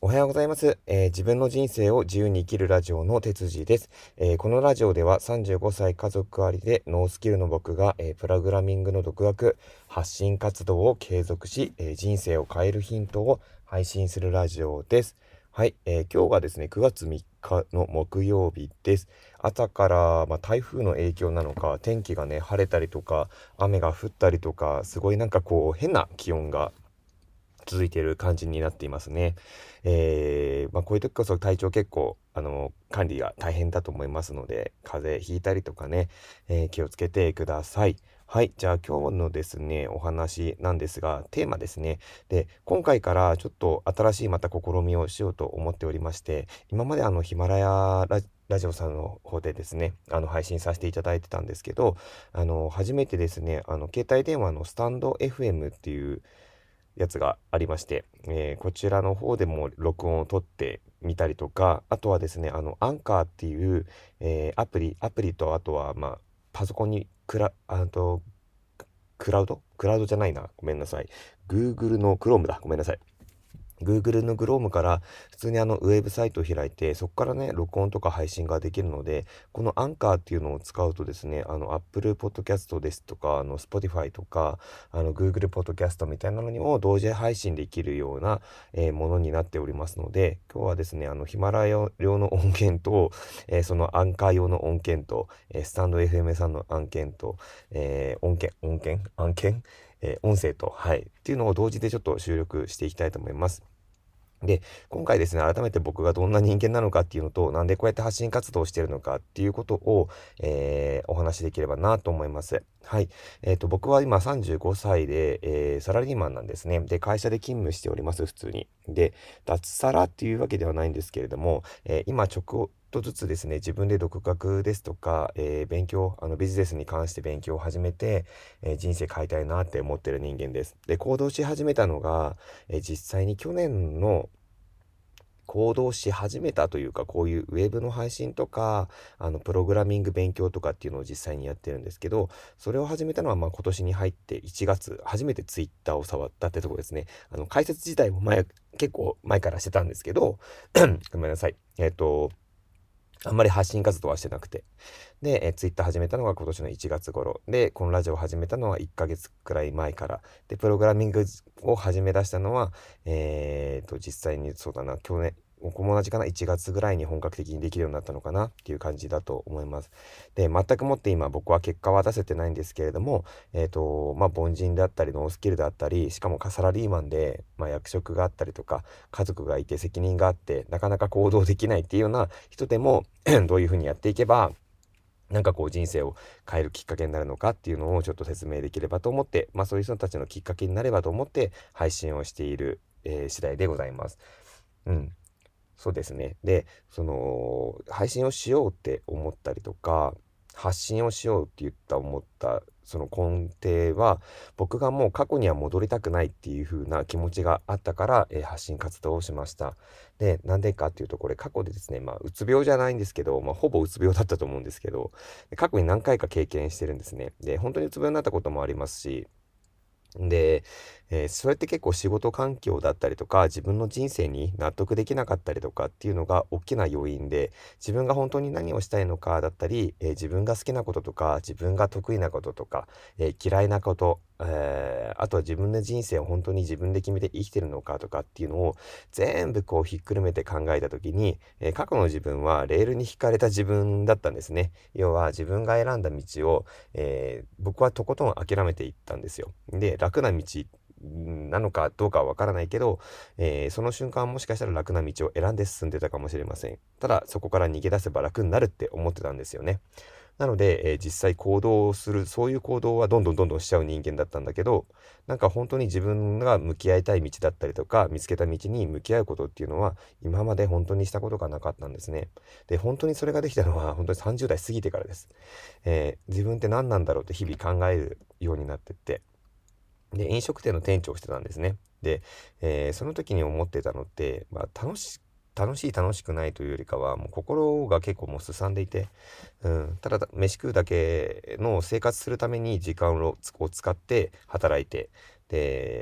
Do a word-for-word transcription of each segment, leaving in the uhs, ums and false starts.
おはようございます、えー自分の人生を自由に生きるラジオの哲司です、えーこのラジオではさんじゅうごさい家族ありでノースキルの僕が、えープログラミングの独学発信活動を継続し、えー人生を変えるヒントを配信するラジオです。はい、えー今日がですねくがつみっかの木曜日です。朝から、まあ、台風の影響なのか天気がね晴れたりとか雨が降ったりとか、すごいなんかこう変な気温が続いている感じになっていますね。えーまあ、こういう時こそ体調結構あの管理が大変だと思いますので、風邪ひいたりとかね、えー気をつけてください。はい、じゃあ今日のですねお話なんですが、テーマですね。で、今回からちょっと新しいまた試みをしようと思っておりまして、今まであのヒマラヤララジオさんの方でですね、あの配信させていただいてたんですけど、あの初めてですね、あの携帯電話のスタンド エフエム っていうやつがありまして、えーこちらの方でも録音を取ってみたりとか、あとはですね、あの、アンカーっていう、えーアプリ、アプリと、あとは、まあ、パソコンにクラ、あと、クラウドクラウドじゃないな。ごめんなさい。Google の Chrome だ。ごめんなさい。Google の Chrome から普通にあのウェブサイトを開いて、そこからね、録音とか配信ができるので、このアンカーっていうのを使うとですね、あの Apple Podcast ですとか、あの Spotify とか、あの Google Podcast みたいなのにも同時配信できるような、えーものになっておりますので、今日はですね、あのヒマラヤ用の音源と、えーそのアンカー用の音源と、えースタンド エフエム さんの案件と、えー音源、音源、案件、えー音声と、はい、っていうのを同時でちょっと収録していきたいと思います。で、今回ですね、改めて僕がどんな人間なのかっていうのと、なんでこうやって発信活動をしているのかっていうことを、えーお話しできればなと思います。はい。えっと、僕は今さんじゅうごさいで、えーサラリーマンなんですね。で、会社で勤務しております、普通に。で、脱サラっていうわけではないんですけれども、えー今ちょっとずつですね、自分で独学ですとか、えー勉強、あのビジネスに関して勉強を始めて、えー人生変えたいなって思ってる人間です。で、行動し始めたのが、えー実際に去年の行動し始めたというか、こういうウェブの配信とか、あの、プログラミング勉強とかっていうのを実際にやってるんですけど、それを始めたのは、まあ、今年に入っていちがつ、初めてツイッターを触ったってところですね。あの、解説自体も前、結構前からしてたんですけど、ごめんなさい。えっと、あんまり発信活動はしてなくて。で、えツイッター始めたのが今年のいちがつ頃。で、このラジオを始めたのはいっかげつくらい前から。で、プログラミングを始め出したのは、えーと、実際にそうだな、去年、僕も同じかな、いちがつぐらいに本格的にできるようになったのかなっていう感じだと思います。で、全くもって今僕は結果は出せてないんですけれども、えーと、まあ、凡人であったり、ノースキルであったり、しかもサラリーマンで、まあ、役職があったりとか、家族がいて責任があって、なかなか行動できないっていうような人でも、どういうふうにやっていけば、なんかこう人生を変えるきっかけになるのかっていうのをちょっと説明できればと思って、まあそういう人たちのきっかけになればと思って配信をしている、えー次第でございます。うん。そうですね。で、その、配信をしようって思ったりとか、発信をしようって言った思った、その根底は、僕がもう過去には戻りたくないっていう風な気持ちがあったから、えー発信活動をしました。で、なんでかっていうと、これ過去でですね、まあ、うつ病じゃないんですけど、まあ、ほぼうつ病だったと思うんですけど、過去に何回か経験してるんですね。で、本当にうつ病になったこともありますし、で、えーそれって結構仕事環境だったりとか、自分の人生に納得できなかったりとかっていうのが大きな要因で、自分が本当に何をしたいのかだったり、えー自分が好きなこととか、自分が得意なこととか、えー嫌いなこと、えーあとは自分の人生を本当に自分で決めて生きてるのかとかっていうのを全部こうひっくるめて考えた時に、えー過去の自分はレールに引かれた自分だったんですね。要は自分が選んだ道を、えー僕はとことん諦めていったんですよ。で、楽な道なのかどうかはわからないけど、えーその瞬間はもしかしたら楽な道を選んで進んでたかもしれません。ただ、そこから逃げ出せば楽になるって思ってたんですよね。なので、えー実際行動する、そういう行動はどんどんどんどんしちゃう人間だったんだけど、なんか本当に自分が向き合いたい道だったりとか、見つけた道に向き合うことっていうのは、今まで本当にしたことがなかったんですね。で、本当にそれができたのは、本当にさんじゅう代過ぎてからです。えー自分って何なんだろうって日々考えるようになってって、で、飲食店の店長をしてたんですね。で、えーその時に思ってたのって、まあ、楽し、楽しい楽しくないというよりかは、もう心が結構もうすさんでいて、うん、ただ飯食うだけの生活するために時間をつを使って働いて、で、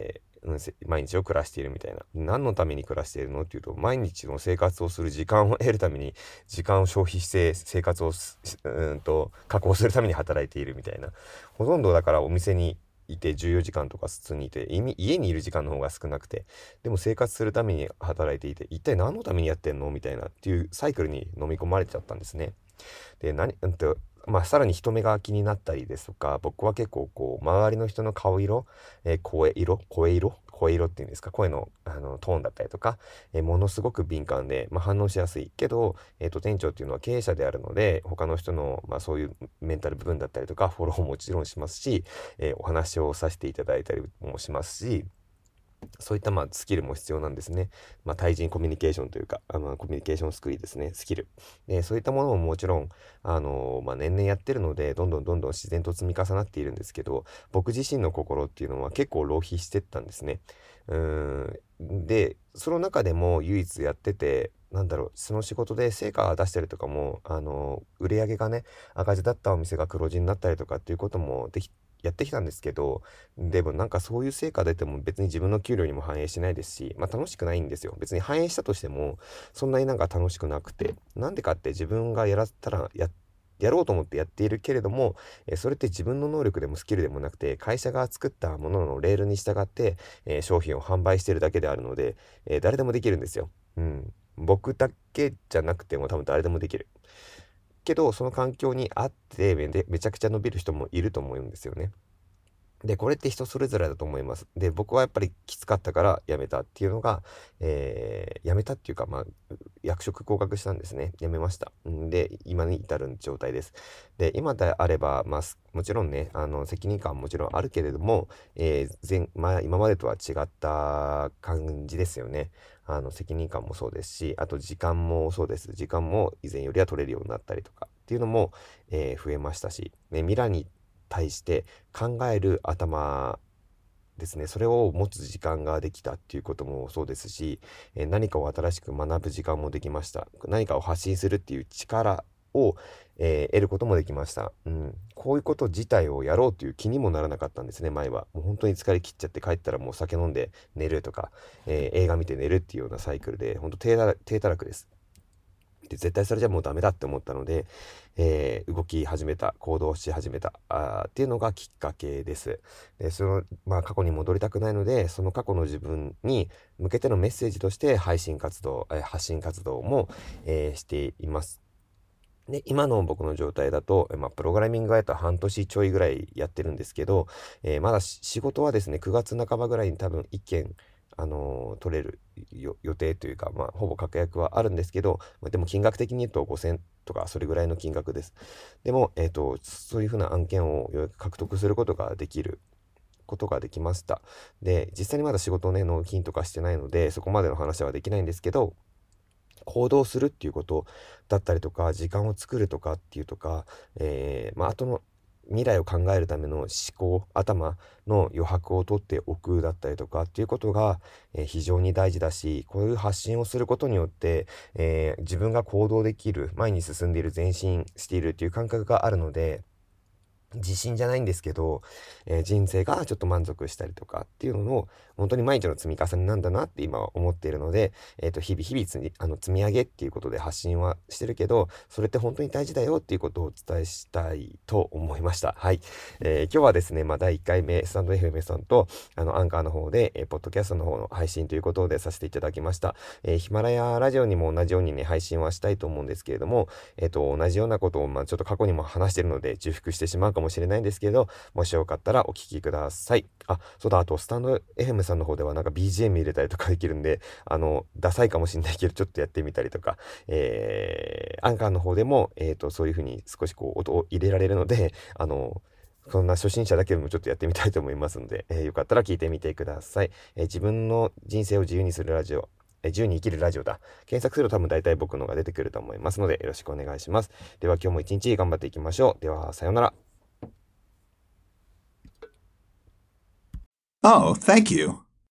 うん、せ毎日を暮らしているみたいな。何のために暮らしているのっていうと、毎日の生活をする時間を得るために、時間を消費して生活をす、うーんと、確保するために働いているみたいな。ほとんどだからお店にいてじゅうよじかんとか普通にいて、意味家にいる時間の方が少なくて、でも生活するために働いていて、一体何のためにやってんのみたいなっていうサイクルに飲み込まれちゃったんですね。で、何、うんと、まあ、さらに人目が気になったりですとか、僕は結構こう、周りの人の顔色、えー声色、声色、声色っていうんですか、声の、あのトーンだったりとか、えーものすごく敏感で、まあ、反応しやすいけど、えーと、店長っていうのは経営者であるので、他の人の、まあ、そういうメンタル部分だったりとか、フォローももちろんしますし、えーお話をさせていただいたりもしますし、そういったまあスキルも必要なんですね。まあ、対人コミュニケーションというか、あまあ、コミュニケーションスキルですね、スキル。で、そういったものももちろん、あのまあ、年々やってるので、どんどんどんどん自然と積み重なっているんですけど、僕自身の心っていうのは結構浪費してったんですね。うーん。で、その中でも唯一やってて、なんだろう、その仕事で成果を出したりとかも、あの売り上げがね、赤字だったお店が黒字になったりとかっていうこともでき、やってきたんですけど、でもなんかそういう成果出ても別に自分の給料にも反映しないですし、まあ楽しくないんですよ。別に反映したとしても、そんなになんか楽しくなくて。なんでかって自分がやらせたら、や、やろうと思ってやっているけれども、えーそれって自分の能力でもスキルでもなくて、会社が作ったもののレールに従って、えー商品を販売してるだけであるので、えー誰でもできるんですよ。うん。僕だけじゃなくても多分誰でもできる。けど、その環境にあってめで、めちゃくちゃ伸びる人もいると思うんですよね。で、これって人それぞれだと思います。で、僕はやっぱりきつかったから辞めたっていうのが、えー辞めたっていうか、まあ、役職降格したんですね。辞めました。んで、今に至る状態です。で、今であれば、まあ、すもちろんね、あの、責任感ももちろんあるけれども、えー前、まあ、今までとは違った感じですよね。あの、責任感もそうですし、あと時間もそうです。時間も以前よりは取れるようになったりとかっていうのも、えー増えましたし、ね、未来に対して考える頭ですね。それを持つ時間ができたっていうこともそうですし、えー何かを新しく学ぶ時間もできました。何かを発信するっていう力を、えー得ることもできました。うん。こういうこと自体をやろうという気にもならなかったんですね、前は。もう本当に疲れ切っちゃって帰ったらもう酒飲んで寝るとか、えー映画見て寝るっていうようなサイクルで、本当低たら低たらくです。で、絶対それじゃもうダメだって思ったので、えー動き始めた、行動し始めた、あーっていうのがきっかけです。で、その、まあ過去に戻りたくないので、その過去の自分に向けてのメッセージとして配信活動、えー発信活動も、えーしています。で、今の僕の状態だと、えまあ、プログラミングはやったら半年ちょいぐらいやってるんですけど、えーまだし仕事はですね、くがつなかばぐらいに多分いっけん、あのー取れるよ予定というか、まあ、ほぼ確約はあるんですけど、まあ、でも金額的に言うとごせんとか、それぐらいの金額です。でも、えっと、そういうふうな案件をようやく獲得することができる。ことができました。で、実際にまだ仕事をね、納品とかしてないので、そこまでの話はできないんですけど、行動するっていうことだったりとか、時間を作るとかっていうとか、えーまあ、後の未来を考えるための思考、頭の余白を取っておくだったりとかっていうことが、えー非常に大事だし、こういう発信をすることによって、えー自分が行動できる、前に進んでいる、前進しているっていう感覚があるので、自信じゃないんですけど、えー人生がちょっと満足したりとかっていうのの、本当に毎日の積み重ねなんだなって今は思っているので、えっと、日々日々つみあの、積み上げっていうことで発信はしてるけど、それって本当に大事だよっていうことをお伝えしたいと思いました。はい。えー今日はですね、まあ、だいいっかいめ、スタンド エフエム さんと、あの、アンカーの方で、えーポッドキャストの方の配信ということでさせていただきました。えーヒマラヤラジオにも同じようにね、配信はしたいと思うんですけれども、えっと、同じようなことを、まあ、ちょっと過去にも話してるので、重複してしまうかもしれないんですけど、もしよかったらお聞きください。あ、そうだ、あと、スタンド エフエム さんの方ではなんか ビージーエム 入れたりとかできるんで、あの、ダサいかもしれないけど、ちょっとやってみたりとか、えー、アンカーの方でも、えっと、そういう風に少しこう、音を入れられるので、あの、そんな初心者だけでもちょっとやってみたいと思いますので、えーよかったら聞いてみてください。えー自分の人生を自由にするラジオ、えー自由に生きるラジオだ。検索すると多分大体僕のが出てくると思いますので、よろしくお願いします。では今日も一日頑張っていきましょう。では、さようなら。 Oh, thank you.